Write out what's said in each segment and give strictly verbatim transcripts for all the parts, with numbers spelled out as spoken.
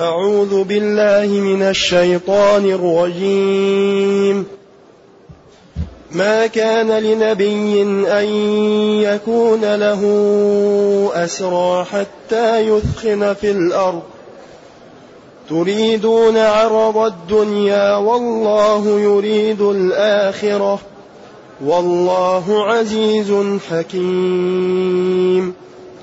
أعوذ بالله من الشيطان الرجيم. ما كان لنبي أن يكون له أسرى حتى يثخن في الأرض تريدون عرض الدنيا والله يريد الآخرة والله عزيز حكيم.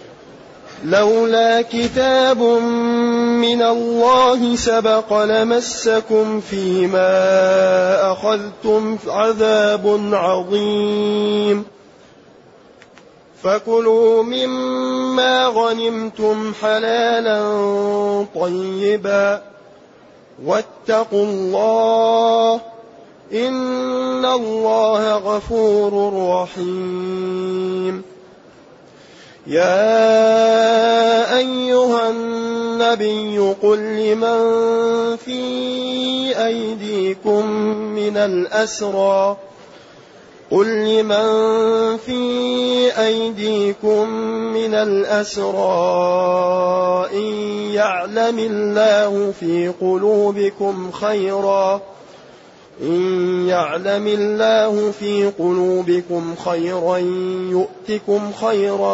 لولا كتاب من الله سبق لمسكم فيما أخذتم عذاب عظيم. فكلوا مما غنمتم حلالا طيبا واتقوا الله إن الله غفور رحيم. يا أيها النبي قل لمن في أيديكم من الأسرى قل لمن في أيديكم من الأسرى إن يعلم الله في قلوبكم خيرا إن يعلم الله في قلوبكم خيرا يؤتكم خيرا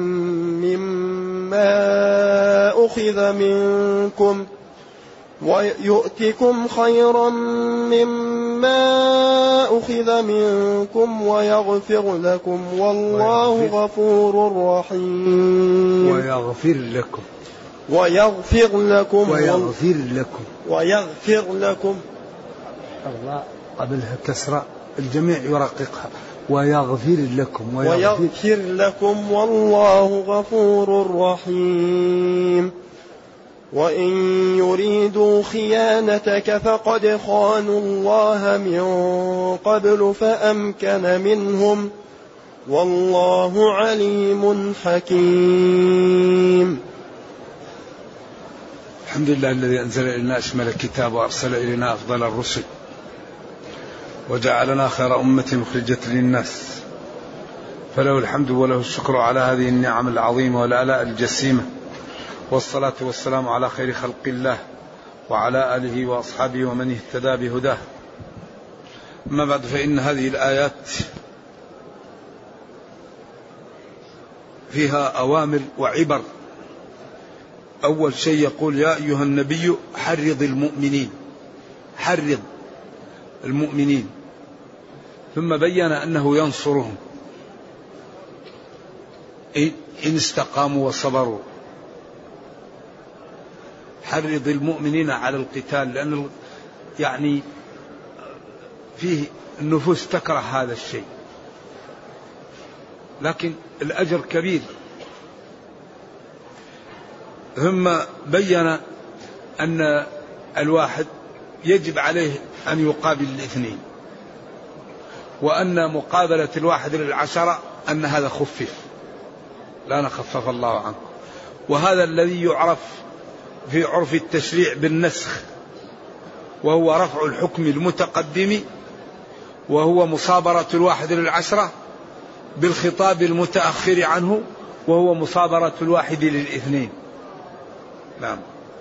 مما أخذ منكم ويؤتكم خيرا مما أخذ منكم ويغفر لكم والله غفور رحيم. ويغفر لكم ويغفر لكم ويغفر لكم ويغفر لكم الله قبلها كسرة الجميع يرققها ويغفر لكم ويغفر, ويغفر لكم والله غفور رحيم. وإن يريدوا خيانتك فقد خانوا الله من قبل فأمكن منهم والله عليم حكيم. الحمد لله الذي أنزل إلينا أشمل الكتاب وأرسل إلينا أفضل الرسل وجعلنا خير أمة مخرجة للناس فله الحمد وله الشكر على هذه النعم العظيمة والآلاء الجسيمة والصلاة والسلام على خير خلق الله وعلى آله وأصحابه ومن اهتدى بهداه. أما بعد فإن هذه الآيات فيها أوامر وعبر. أول شيء يقول يا أيها النبي حرض المؤمنين حرض المؤمنين ثم بين أنه ينصرهم إن استقاموا وصبروا. حرض المؤمنين على القتال لأن يعني فيه النفوس تكره هذا الشيء لكن الأجر كبير. ثم بين أن الواحد يجب عليه أن يقابل الاثنين وأن مقابلة الواحد للعشرة أن هذا خفف لا نخفف الله عنه. وهذا الذي يعرف في عرف التشريع بالنسخ وهو رفع الحكم المتقدم وهو مصابرة الواحد للعشرة بالخطاب المتأخر عنه وهو مصابرة الواحد للاثنين. نعم.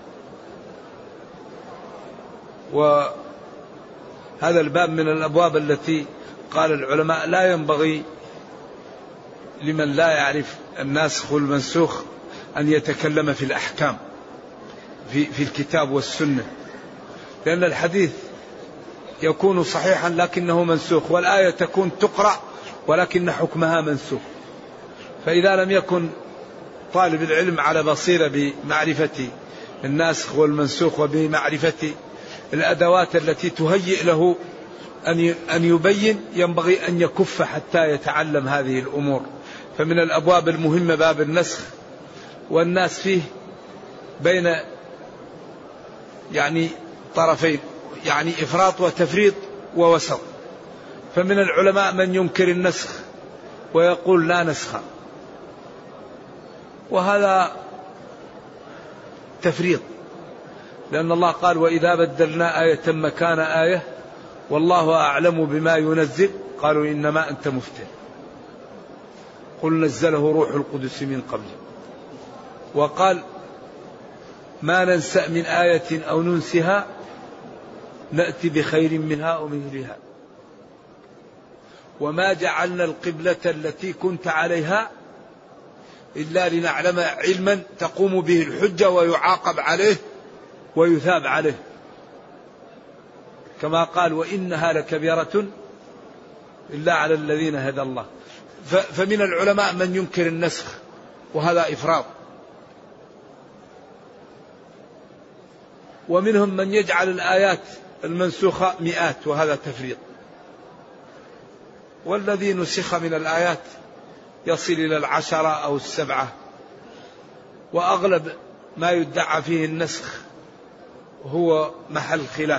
وهذا الباب من الأبواب التي قال العلماء لا ينبغي لمن لا يعرف الناسخ والمنسوخ أن يتكلم في الأحكام في, في الكتاب والسنة لأن الحديث يكون صحيحا لكنه منسوخ والآية تكون تقرأ ولكن حكمها منسوخ. فإذا لم يكن طالب العلم على بصيرة بمعرفة الناسخ والمنسوخ وبمعرفة الأدوات التي تهيئ له أن يبين ينبغي أن يكف حتى يتعلم هذه الأمور. فمن الأبواب المهمة باب النسخ والناس فيه بين يعني طرفين يعني إفراط وتفريط ووسط. فمن العلماء من ينكر النسخ ويقول لا نسخ وهذا تفريط لأن الله قال وإذا بدلنا آية مكان آية والله أعلم بما ينزل قالوا إنما أنت مفتر قل نزله روح القدس من قبل. وقال ما ننسأ من آية أو ننسها نأتي بخير منها أو مثلها وما جعلنا القبلة التي كنت عليها إلا لنعلم علما تقوم به الحجة ويعاقب عليه ويثاب عليه، كما قال وإنها لكبيرة إلا على الذين هدى الله. فمن العلماء من ينكر النسخ وهذا إفراط، ومنهم من يجعل الآيات المنسوخة مئات وهذا تفريط، والذي نسخ من الآيات يصل إلى العشرة أو السبعة، وأغلب ما يدعى فيه النسخ هو محل خلاف.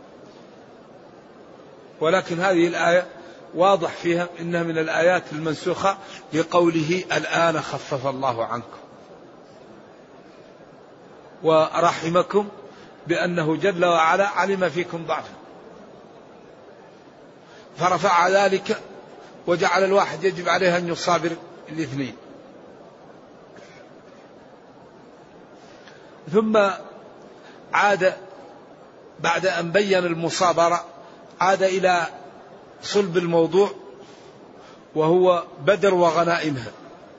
ولكن هذه الآية واضح فيها إنها من الآيات المنسوخة لقوله الآن خفف الله عنكم ورحمكم بأنه جل وعلا علم فيكم ضعفا فرفع ذلك وجعل الواحد يجب عليه أن يصابر الاثنين. ثم عاد بعد أن بين المصابرة عاد إلى صلب الموضوع وهو بدر وغنائمها،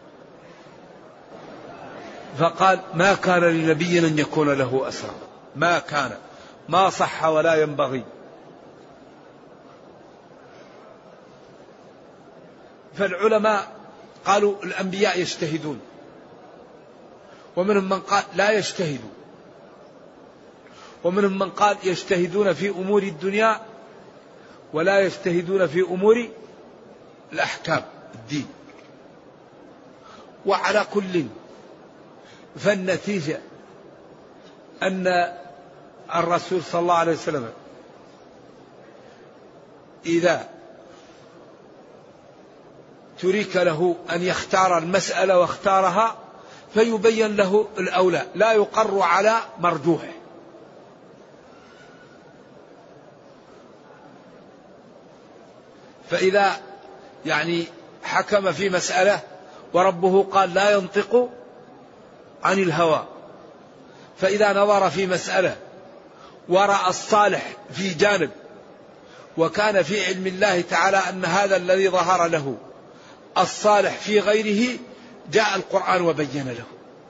فقال ما كان لنبي أن يكون له أسرى، ما كان ما صح ولا ينبغي. فالعلماء قالوا الأنبياء يجتهدون، ومنهم من قال لا يجتهدوا، ومنهم من قال يجتهدون في أمور الدنيا ولا يجتهدون في أمور الأحكام الدين. وعلى كل فالنتيجة أن الرسول صلى الله عليه وسلم إذا ترك له أن يختار المسألة واختارها فيبين له الأولى، لا يقر على مرجوح. فإذا يعني حكم في مسألة وربه قال لا ينطق عن الهوى، فإذا نظر في مسألة ورأى الصالح في جانب وكان في علم الله تعالى أن هذا الذي ظهر له الصالح في غيره جاء القرآن وبين له.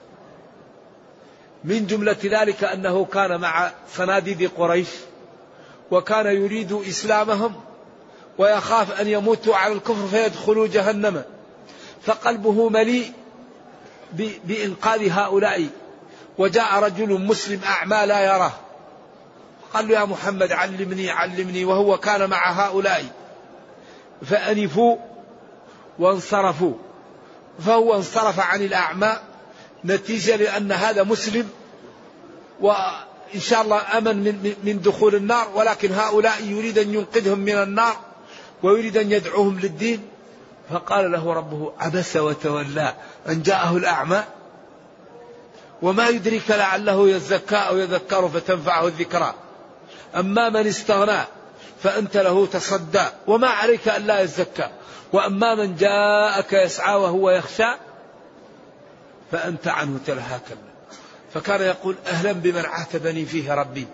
من جملة ذلك أنه كان مع صناديد قريش وكان يريد إسلامهم ويخاف أن يموتوا على الكفر فيدخلوا جهنم، فقلبه مليء بإنقاذ هؤلاء، وجاء رجل مسلم أعمى لا يراه قال له يا محمد علمني علمني، وهو كان مع هؤلاء فأنفوا وانصرفوا، فهو انصرف عن الأعمى نتيجة لأن هذا مسلم وإن شاء الله أمن من, من دخول النار، ولكن هؤلاء يريد أن ينقذهم من النار ويريد أن يدعوهم للدين. فقال له ربه عبس وتولى أن جاءه الأعمى وما يدرك لعله يزكى أو يذكر فتنفعه الذكرى، أما من استغنى فأنت له تصدى وما عليك ألا يزكى، وأما من جاءك يسعى وهو يخشى فأنت عنه تلهى كلا. فكان يقول أهلا بمن عاتبني فيه ربي.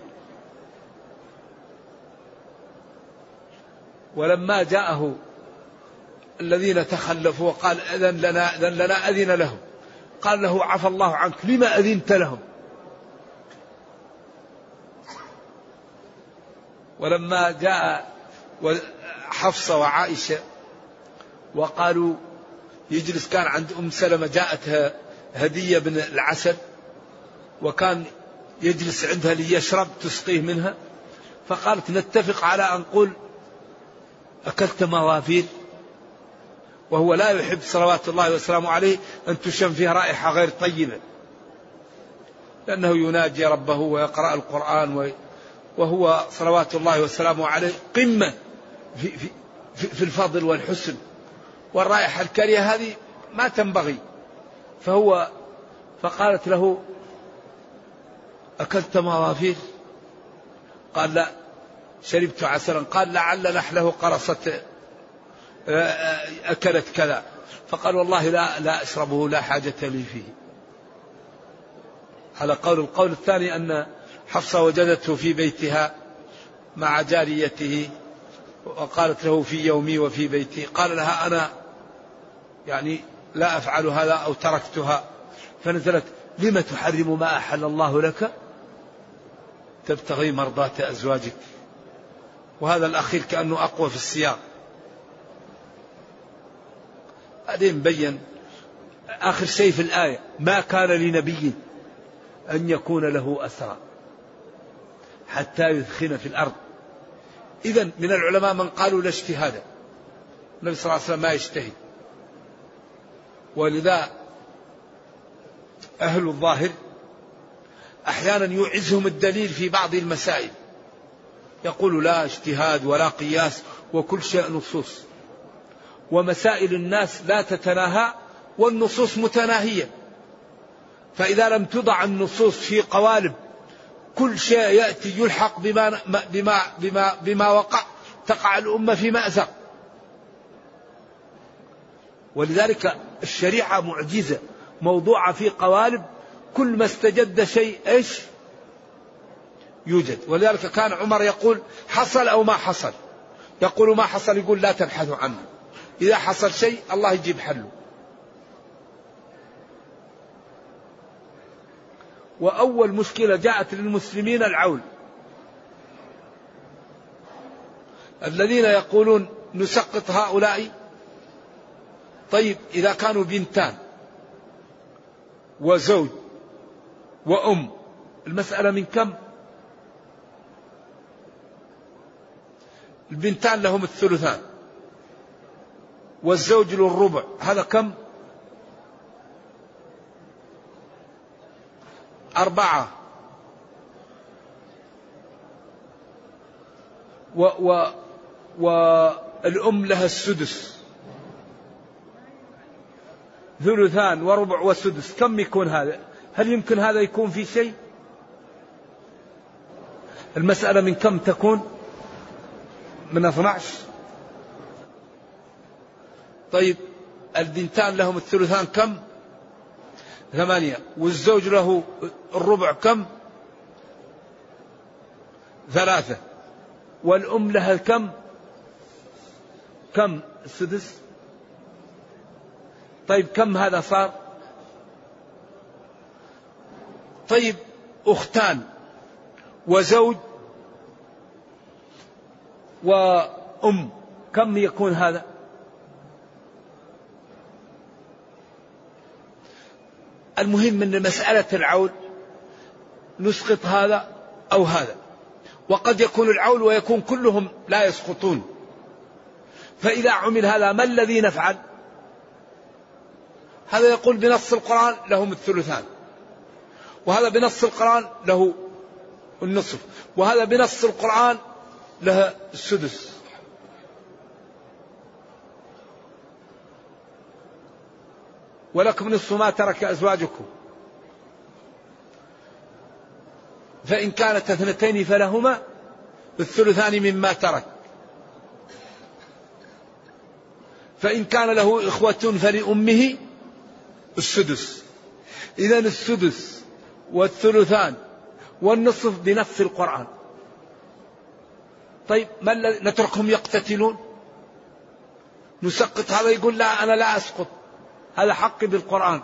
ولما جاءه الذين تخلفوا وقال أذن لنا أذن لنا أذن لهم، قال له عفى الله عنك لما أذنت لهم. ولما جاء حفصة وعائشة وقالوا يجلس، كان عند أم سلمة جاءتها هدية بن العسل وكان يجلس عندها ليشرب تسقيه منها، فقالت نتفق على أن نقول أكلت موافير، وهو لا يحب صلوات الله وسلامه عليه أن تشم فيه رائحة غير طيبة، لأنه يناجي ربه ويقرأ القرآن، وهو صلوات الله وسلامه عليه قمة في, في, في الفضل والحسن، والرائحة الكريهة هذه ما تنبغي. فهو فقالت له أكلت موافير؟ قال لا شربت عسلا. قال لعل نحله قرصت أكلت كذا. فقال والله لا لا أشربه لا حاجة لي فيه. على قول. القول الثاني أن حفصة وجدته في بيتها مع جاريته وقالت له في يومي وفي بيتي، قال لها أنا يعني لا أفعل هذا أو تركتها، فنزلت لم تحرم ما أحل الله لك تبتغي مرضاة أزواجك. وهذا الأخير كأنه أقوى في السياق. بعدين مبين آخر شيء في الآية ما كان لنبي أن يكون له أسرى حتى يثخن في الأرض. إذن من العلماء من قالوا لا اجتهاد، النبي صلى الله عليه وسلم ما يجتهد، ولذا أهل الظاهر أحيانا يعزهم الدليل في بعض المسائل، يقول لا اجتهاد ولا قياس وكل شيء نصوص، ومسائل الناس لا تتناهى والنصوص متناهية، فإذا لم تضع النصوص في قوالب كل شيء يأتي يلحق بما, بما, بما, بما وقع تقع الأمة في مأزق. ولذلك الشريعة معجزة موضوعة في قوالب، كل ما استجد شيء ايش يوجد. ولذلك كان عمر يقول حصل أو ما حصل، يقول ما حصل يقول لا تبحثوا عنه، إذا حصل شيء الله يجيب حله. وأول مشكلة جاءت للمسلمين العول، الذين يقولون نسقط هؤلاء. طيب إذا كانوا بنتان وزوج وأم، المسألة من كم؟ البنتان لهم الثلثان والزوج له الربع، هذا كم؟ أربعة. و و والأم لها السدس، ثلثان وربع وسدس، كم يكون هذا؟ هل يمكن هذا يكون في شيء؟ المسألة من كم تكون؟ من اثني عشر. طيب البنتان لهم الثلثان كم؟ ثمانية. والزوج له الربع كم؟ ثلاثة. والأم لها كم؟ كم السدس؟ طيب كم هذا صار؟ طيب أختان وزوج وأم، كم يكون هذا؟ المهم أن مسألة العول نسقط هذا أو هذا، وقد يكون العول ويكون كلهم لا يسقطون. فإذا عمل هذا ما الذي نفعل؟ هذا يقول بنص القرآن لهم الثلثان، وهذا بنص القرآن له النصف، وهذا بنص القرآن له السدس. ولكم نصف ما ترك أزواجكم، فإن كانت اثنتين فلهما الثلثان مما ترك، فإن كان له إخوة فلأمه السدس. إذن السدس والثلثان والنصف بنص القرآن. طيب ما نتركهم يقتتلون؟ نسقط هذا يقول لا أنا لا أسقط، هذا حقي بالقرآن.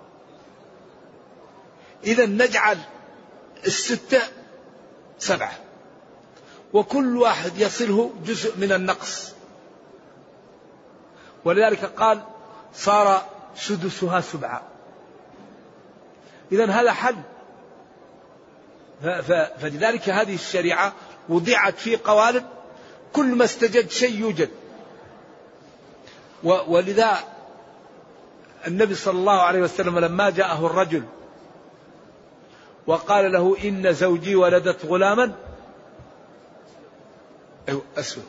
إذا نجعل الستة سبعة، وكل واحد يصله جزء من النقص. ولذلك قال صار سدسها سبعة. إذا هذا حل. فلذلك هذه الشريعة وضعت في قوالب، كل ما استجد شيء يوجد. ولذا النبي صلى الله عليه وسلم لما جاءه الرجل وقال له إن زوجي ولدت غلاما أسود،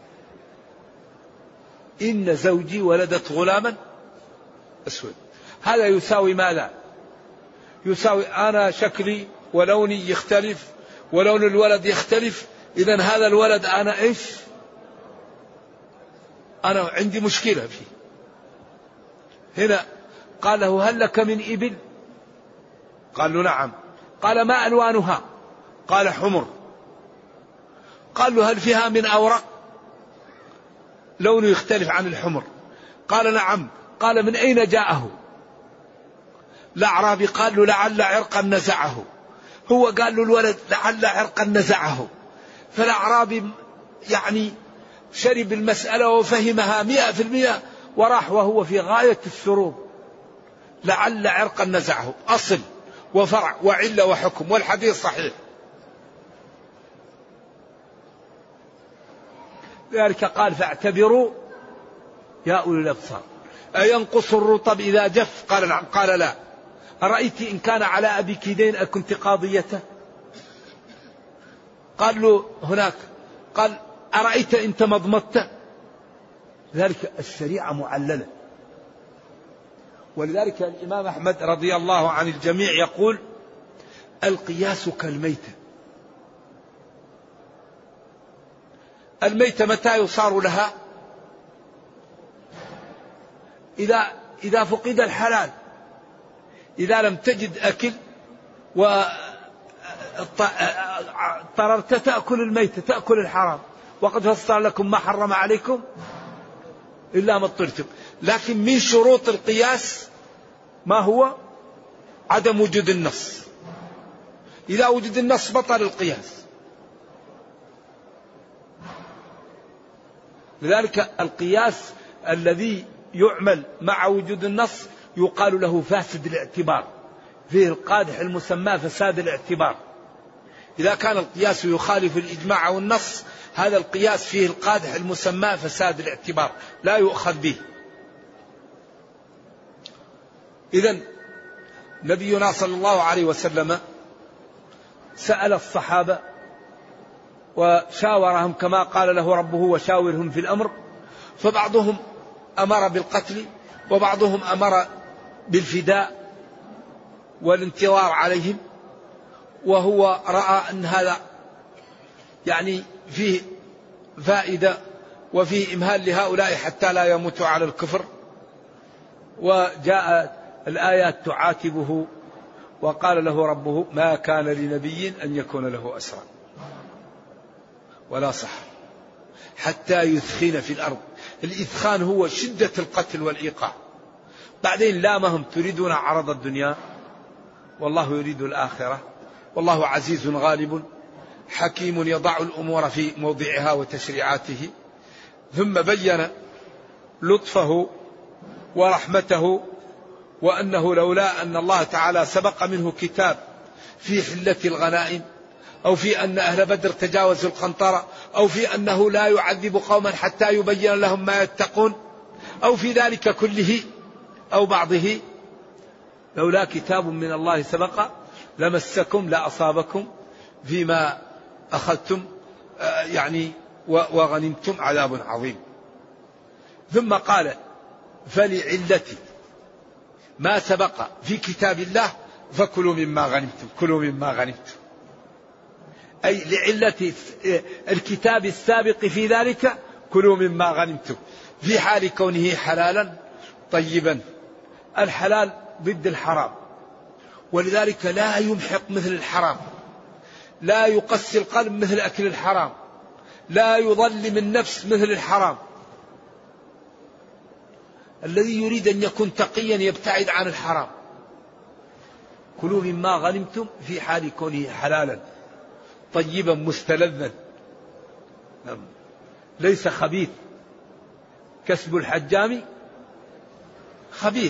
إن زوجي ولدت غلاما أسود، هذا يساوي ماذا؟ يساوي أنا شكلي ولوني يختلف ولون الولد يختلف، إذن هذا الولد أنا إيش؟ أنا عندي مشكلة فيه. هنا قال له هل لك من إبل؟ قال له نعم. قال ما ألوانها؟ قال حمر. قال له هل فيها من أورق لونه يختلف عن الحمر؟ قال نعم. قال من أين جاءه؟ الأعرابي قال له لعل عرقا نزعه. هو قال له الولد لعل عرقا نزعه. فالأعرابي يعني شرب المسألة وفهمها مئة في المئة وراح وهو في غاية السرور. لعل عرقا نزعه أصل وفرع وعلة وحكم، والحديث صحيح. ذلك قال فاعتبروا يا أولي الأبصار. أينقص الرطب إذا جف؟ قال نعم. قال لا. أرأيت إن كان على أبيك دين أكنت قاضيته؟ قال له هناك. قال أرأيت إن تمضمضت؟ ذلك الشريعة معللة. ولذلك الإمام أحمد رضي الله عن الجميع يقول القياس كالميتة. الميتة متى يصار لها؟ إذا إذا فقد الحلال. إذا لم تجد أكل واضطررت تأكل الميتة، تأكل الحرام. وقد فصل لكم ما حرم عليكم إلا ما اضطررتم. لكن من شروط القياس ما هو؟ عدم وجود النص. إذا وجد النص بطل القياس. لذلك القياس الذي يعمل مع وجود النص يقال له فاسد الاعتبار، فيه القادح المسمى فساد الاعتبار. إذا كان القياس يخالف الإجماع أو النص هذا القياس فيه القادح المسمى فساد الاعتبار، لا يؤخذ به. إذن نبينا صلى الله عليه وسلم سأل الصحابة وشاورهم كما قال له ربه وشاورهم في الأمر، فبعضهم أمر بالقتل وبعضهم أمر بالفداء والانتظار عليهم، وهو رأى أن هذا يعني فيه فائدة وفيه إمهال لهؤلاء حتى لا يموتوا على الكفر. وجاء الآيات تعاتبه وقال له ربه ما كان لنبي أن يكون له أسرى ولا صح حتى يثخن في الأرض. الإثخان هو شدة القتل والإيقاع. بعدين لامهم تريدون عرض الدنيا والله يريد الآخرة والله عزيز غالب حكيم يضع الأمور في موضعها وتشريعاته. ثم بين لطفه ورحمته وأنه لولا أن الله تعالى سبق منه كتاب في حلة الغنائم أو في أن أهل بدر تجاوزوا القنطرة أو في أنه لا يعذب قوما حتى يبين لهم ما يتقون أو في ذلك كله أو بعضه، لولا كتاب من الله سبق لمسكم لأصابكم فيما أخذتم يعني وغنمتم عذاب عظيم. ثم قال فلعلة ما سبق في كتاب الله فكلوا مما غنمتم، كلوا مما غنمتم، أي لعلة الكتاب السابق في ذلك كلوا مما غنمتم، في حال كونه حلالا طيبا. الحلال ضد الحرام، ولذلك لا يمحق مثل الحرام، لا يقسي القلب مثل أكل الحرام، لا يظلم النفس مثل الحرام. الذي يريد أن يكون تقيا يبتعد عن الحرام. كلوا مما غنمتم في حال كونه حلالا طيبا مستلذا ليس خبيث. كسب الحجام خبيث.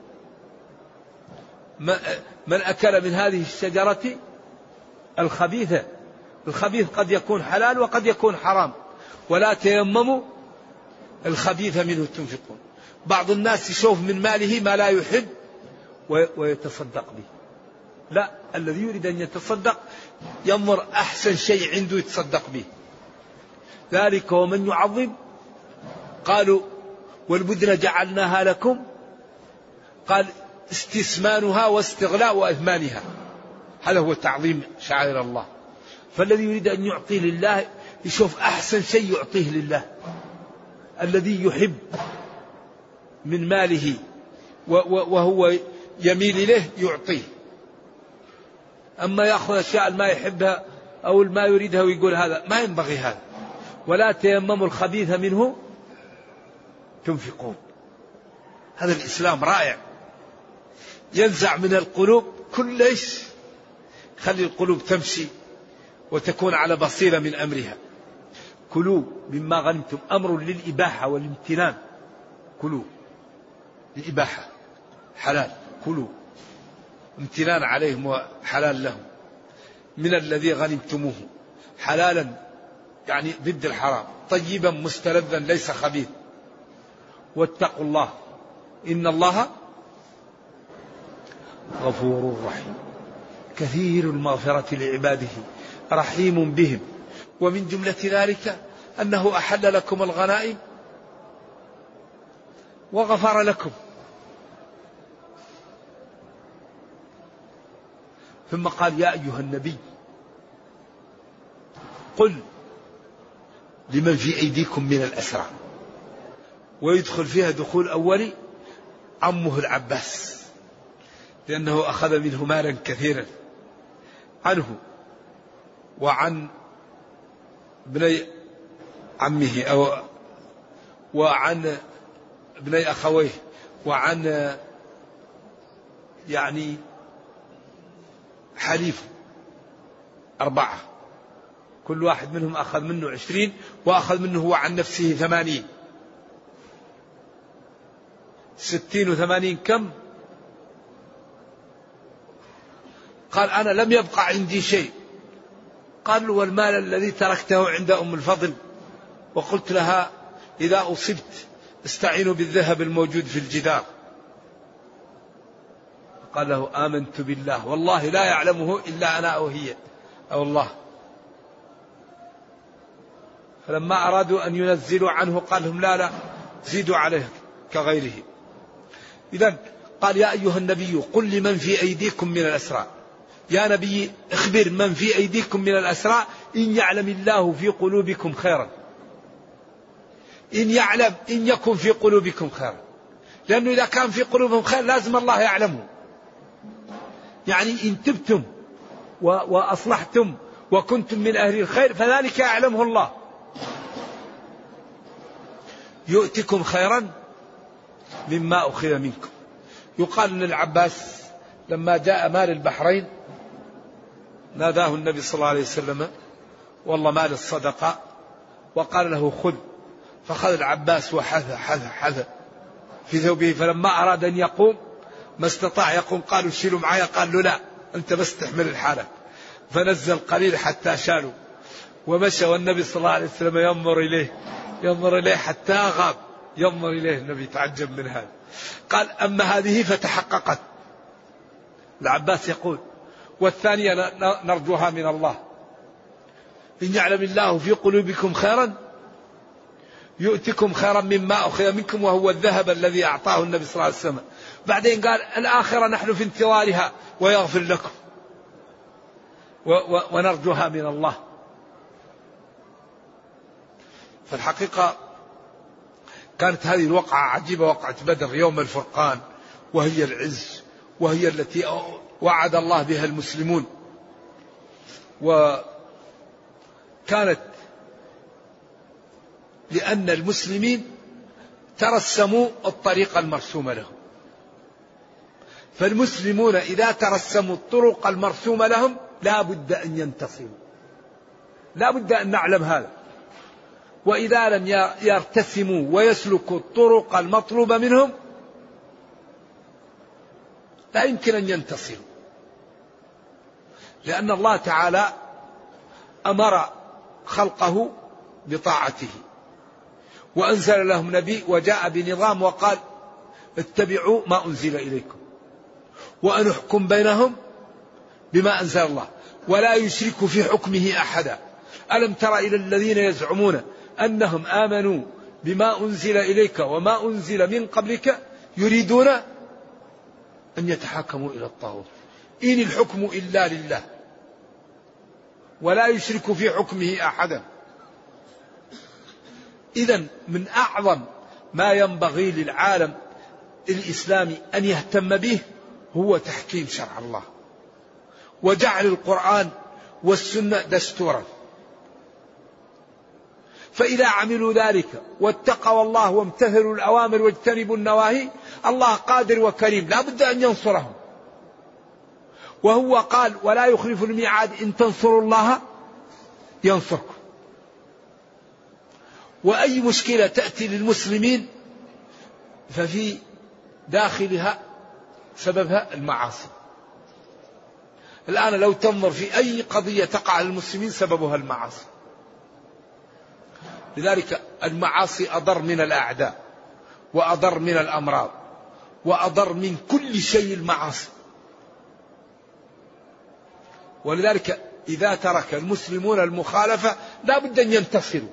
من أكل من هذه الشجرة الخبيثة، الخبيث قد يكون حلال وقد يكون حرام، ولا تيمموا الخبيث منه تنفقون. بعض الناس يشوف من ماله ما لا يحب ويتصدق به. لا، الذي يريد أن يتصدق ينظر أحسن شيء عنده يتصدق به. ذلك ومن يعظم قالوا والبدن جعلناها لكم، قال استثمانها واستغلاء وإثمانها، هذا هو تعظيم شعائر الله. فالذي يريد أن يعطي لله يشوف أحسن شيء يعطيه لله. الذي يحب من ماله وهو يميل إليه يعطيه. أما يأخذ أشياء ما يحبها أو ما يريدها ويقول هذا، ما ينبغي هذا. ولا تيمموا الخبيث منه تنفقون. هذا الإسلام رائع، ينزع من القلوب كل شيء، خلي القلوب تمشي وتكون على بصيرة من أمرها. كلوا مما غنمتم، أمر للإباحة والامتنان. كلوا الإباحة حلال، كلوا امتنان عليهم وحلال لهم. من الذي غنمتموه، حلالا يعني ضد الحرام، طيبا مستلذا ليس خبيث. واتقوا الله إن الله غفور رحيم، كثير المغفرة لعباده رحيم بهم. ومن جملة ذلك أنه أحل لكم الغنائم وغفر لكم. ثم قال يا أيها النبي قل لمن في أيديكم من الأسرى. ويدخل فيها دخول أولي عمه العباس، لأنه أخذ منه مالا كثيرا عنه وعن ابني عمه أو وعن ابني أخويه وعن يعني حليف أربعة، كل واحد منهم أخذ منه عشرين، وأخذ منه هو عن نفسه ثمانين. ستين وثمانين كم؟ قال أنا لم يبقى عندي شيء. قال والمال الذي تركته عند أم الفضل وقلت لها إذا أصبت استعينوا بالذهب الموجود في الجدار. قال له آمنت بالله والله لا يعلمه إلا أنا أو هي أو الله. فلما أرادوا أن ينزلوا عنه قال لهم لا لا زيدوا عليه كغيره. إذن قال يا أيها النبي قل لمن في أيديكم من الأسرى، يا نبي اخبر من في أيديكم من الأسرى إن يعلم الله في قلوبكم خيرا. إن يعلم، إن يكن في قلوبكم خيرا، لأنه إذا كان في قلوبهم خير لازم الله يعلمه. يعني إن تبتم وأصلحتم وكنتم من أهل الخير فذلك يعلمه الله. يؤتكم خيرا مما أخذ منكم. يقال أن العباس لما جاء مال البحرين ناداه النبي صلى الله عليه وسلم والله مال الصدقة، وقال له خذ. فخذ العباس وحث حث حث في ثوبه، فلما أراد أن يقوم ما استطاع يقوم. قالوا شيلوا معايا، قال له لا أنت بس تحمل الحالة. فنزل قليل حتى شالوا ومشى، والنبي صلى الله عليه وسلم ينظر إليه ينظر إليه حتى غاب، ينظر إليه النبي تعجب من هذا. قال أما هذه فتحققت. العباس يقول والثانية نرجوها من الله إن يعلم الله في قلوبكم خيرا يؤتكم خيرا مما أخذ منكم وهو الذهب الذي أعطاه النبي صلى الله عليه وسلم. بعدين قال الآخرة نحن في انتظارها ويغفر لكم ونرجوها من الله. فالحقيقة كانت هذه الوقعة عجيبة، وقعة بدر يوم الفرقان، وهي العز، وهي التي وعد الله بها المسلمون. وكانت لأن المسلمين ترسموا الطريق المرسوم لهم، فالمسلمون إذا ترسموا الطرق المرسومة لهم لا بد أن ينتصروا، لا بد أن نعلم هذا. وإذا لم يرتسموا ويسلكوا الطرق المطلوبة منهم لا يمكن أن ينتصروا، لأن الله تعالى أمر خلقه بطاعته وأنزل لهم نبي وجاء بنظام وقال اتبعوا ما أنزل إليكم وأن احكم بينهم بما أنزل الله ولا يشرك في حكمه أحدا. ألم تر إلى الذين يزعمون أنهم آمنوا بما أنزل إليك وما أنزل من قبلك يريدون أن يتحاكموا إلى الطاغوت إن الحكم إلا لله ولا يشرك في حكمه أحدا. إذن من أعظم ما ينبغي للعالم الإسلامي أن يهتم به هو تحكيم شرع الله وجعل القرآن والسنة دستورا. فإذا عملوا ذلك واتقوا الله وامتثلوا الأوامر واجتنبوا النواهي الله قادر وكريم لا بد أن ينصرهم. وهو قال ولا يخلف الميعاد إن تنصروا الله ينصركم. وأي مشكلة تأتي للمسلمين ففي داخلها سببها المعاصي. الآن لو تنظر في أي قضية تقع للمسلمين سببها المعاصي. لذلك المعاصي أضر من الأعداء وأضر من الأمراض وأضر من كل شيء المعاصي. ولذلك إذا ترك المسلمون المخالفة لا بد أن ينتصروا،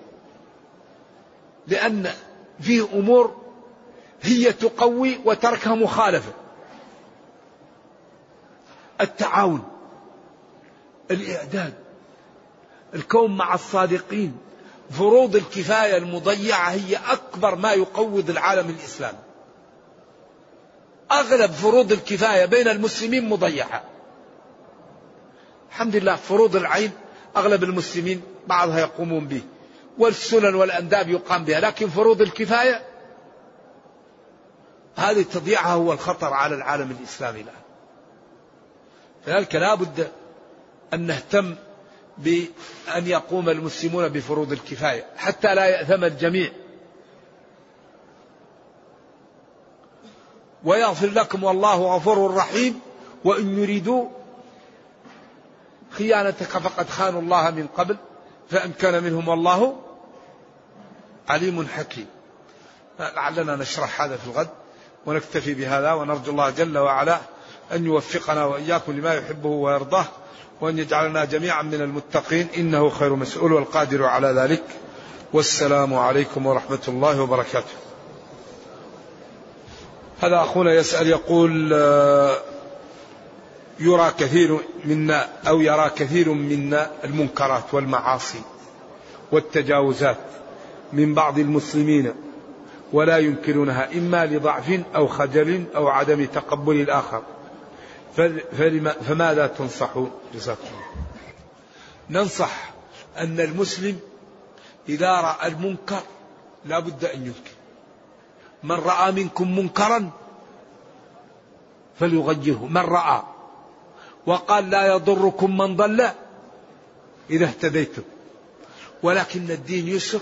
لأن فيه أمور هي تقوي وتركها مخالفة. التعاون، الإعداد، الكون مع الصادقين، فروض الكفاية المضيعة هي أكبر ما يقوض العالم الإسلامي. أغلب فروض الكفاية بين المسلمين مضيعة. الحمد لله فروض العين أغلب المسلمين بعضها يقومون به، والسنن والأنداب يقام بها، لكن فروض الكفاية هذه تضيعها هو الخطر على العالم الإسلامي الآن. لذلك لا بد أن نهتم بأن يقوم المسلمون بفروض الكفاية حتى لا يأثم الجميع. ويغفر لكم والله غفور رحيم وإن يريدوا خيانتك فقد خانوا الله من قبل فأمكن منهم والله عليم حكيم. لعلنا نشرح هذا في الغد ونكتفي بهذا، ونرجو الله جل وعلا أن يوفقنا وإياكم لما يحبه ويرضاه، وأن يجعلنا جميعا من المتقين إنه خير مسؤول والقادر على ذلك. والسلام عليكم ورحمة الله وبركاته. هذا أخونا يسأل يقول يرى كثير منا أو يرى كثير منا المنكرات والمعاصي والتجاوزات من بعض المسلمين ولا ينكرونها إما لضعف أو خجل أو عدم تقبل الآخر، فماذا تنصحون؟ جزاكم الله. ننصح أن المسلم إذا رأى المنكر لا بد أن ينكر. من رأى منكم منكرا فليغيره من رأى، وقال لا يضركم من ضل إذا اهتديتم. ولكن الدين يسر،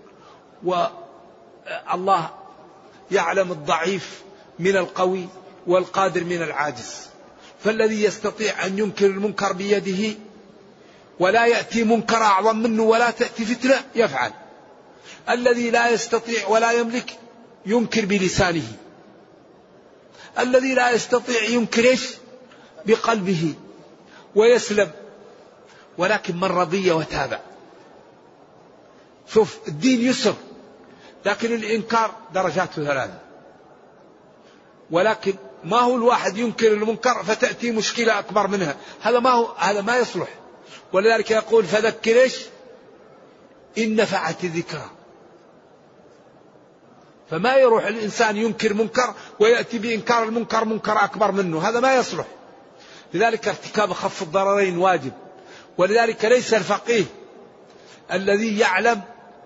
والله يعلم الضعيف من القوي والقادر من العاجز. فالذي يستطيع أن ينكر المنكر بيده ولا يأتي منكر أعظم منه ولا تأتي فتنة يفعل. الذي لا يستطيع ولا يملك ينكر بلسانه. الذي لا يستطيع ينكر إيش؟ بقلبه ويسلم. ولكن من رضي وتابع. شوف الدين يسر، لكن الإنكار درجاته ثلاثة. ولكن ما هو الواحد ينكر المنكر فتأتي مشكلة أكبر منها، هذا ما هو، هذا ما يصلح. ولذلك يقول فذكر إيش؟ إن نفعت الذكرى. فما يروح الإنسان ينكر منكر ويأتي بإنكار المنكر منكر أكبر منه، هذا ما يصلح. لذلك ارتكاب خف الضررين واجب. ولذلك ليس الفقيه الذي يعلم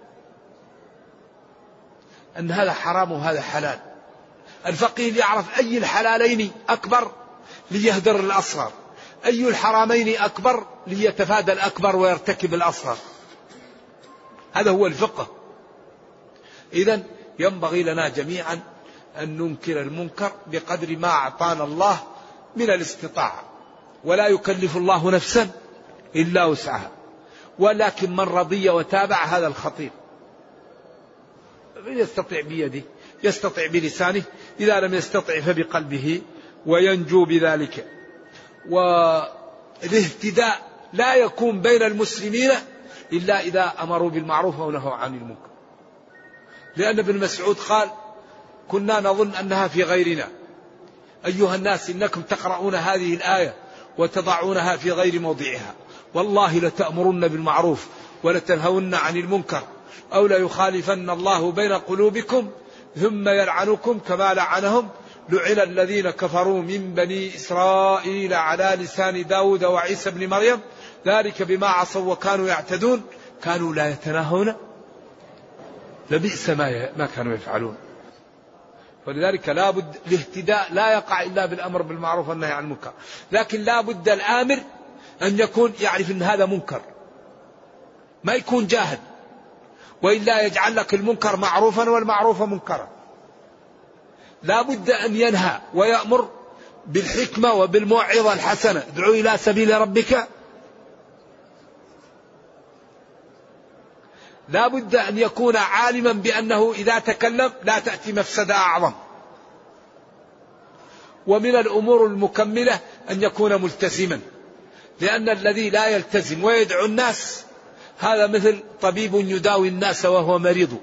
أن هذا حرام وهذا حلال. الفقيه اللي يعرف أي الحلالين أكبر ليهدر الأصغر، أي الحرامين أكبر ليتفادى الأكبر ويرتكب الأصغر. هذا هو الفقه. إذن ينبغي لنا جميعا أن ننكر المنكر بقدر ما أعطانا الله من الاستطاعة، ولا يكلف الله نفسا إلا وسعها. ولكن من رضي وتابع هذا الخطير. يستطيع بيده، يستطيع بلسانه، إذا لم يستطع فبقلبه، وينجو بذلك. والاهتداء لا يكون بين المسلمين إلا إذا أمروا بالمعروف ونهوا عن المنكر. لأن ابن مسعود قال كنا نظن أنها في غيرنا. أيها الناس إنكم تقرؤون هذه الآية وتضعونها في غير موضعها، والله لتأمرن بالمعروف ولتنهون عن المنكر أو لا يخالفن الله بين قلوبكم ثم يلعنكم كما لعنهم لعن الذين كفروا من بني إسرائيل على لسان داود وعيسى بن مريم ذلك بما عصوا وكانوا يعتدون كانوا لا يتناهون لبئس ما ما كانوا يفعلون. ولذلك لا بد الاهتداء لا يقع إلا بالأمر بالمعروف والنهي عن المنكر، لكن لا بد الآمر أن يكون يعرف أن هذا منكر، ما يكون جاهل، وإلا يجعل لك المنكر معروفا والمعروف منكرا. لا بد أن ينهى ويأمر بالحكمة وبالموعظة الحسنة، ادعو إلى سبيل ربك. لا بد أن يكون عالما بأنه إذا تكلم لا تأتي مفسدة أعظم. ومن الأمور المكملة أن يكون ملتزما، لأن الذي لا يلتزم ويدعو الناس هذا مثل طبيب يداوي الناس وهو مريض،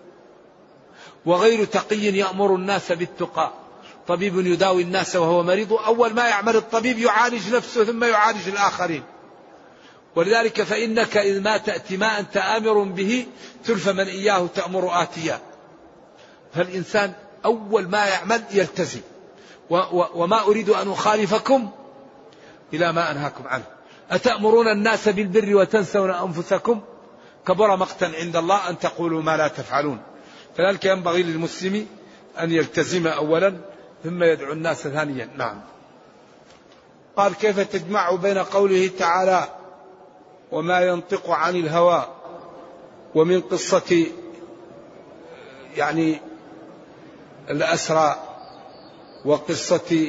وغير تقي يأمر الناس بالتقى. طبيب يداوي الناس وهو مريض، أول ما يعمل الطبيب يعالج نفسه ثم يعالج الآخرين. ولذلك فإنك إذ ما تأتي ما أنت آمر به تلف من إياه تأمر آتيا. فالإنسان أول ما يعمل يلتزم، وما أريد أن أخالفكم إلى ما أنهاكم عنه. أتأمرون الناس بالبر وتنسون أنفسكم كبر مقتا عند الله أن تقولوا ما لا تفعلون. فذلك ينبغي للمسلم أن يلتزم أولا ثم يدعو الناس ثانيا. نعم. قال كيف تجمع بين قوله تعالى وما ينطق عن الهوى ومن قصة يعني الأسرى وقصة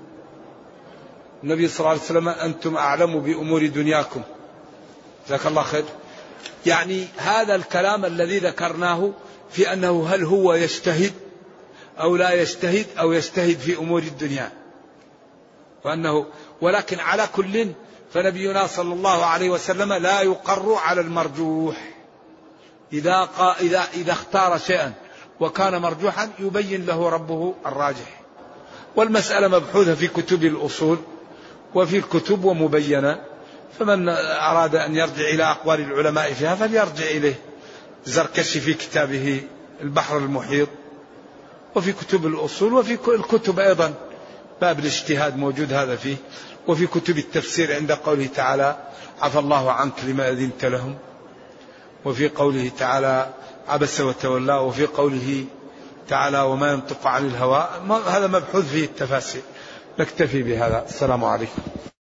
النبي صلى الله عليه وسلم أنتم أعلم بأمور دنياكم جزاك الله خير. يعني هذا الكلام الذي ذكرناه في أنه هل هو يجتهد أو لا يجتهد أو يجتهد في أمور الدنيا، وأنه ولكن على كل فنبينا صلى الله عليه وسلم لا يقر على المرجوح. إذا, قا إذا, إذا اختار شيئا وكان مرجوحا يبين له ربه الراجح. والمسألة مبحوثة في كتب الأصول وفي الكتب ومبينة، فمن أراد أن يرجع إلى أقوال العلماء فيها فليرجع إليه. زركشي في كتابه البحر المحيط، وفي كتب الأصول، وفي الكتب أيضا باب الاجتهاد موجود هذا فيه، وفي كتب التفسير عند قوله تعالى عفى الله عنك لما أذنت لهم، وفي قوله تعالى عبس وتولى، وفي قوله تعالى وما ينطق عن الهوى. هذا مبحوث فيه التفاسير. نكتفي بهذا. السلام عليكم.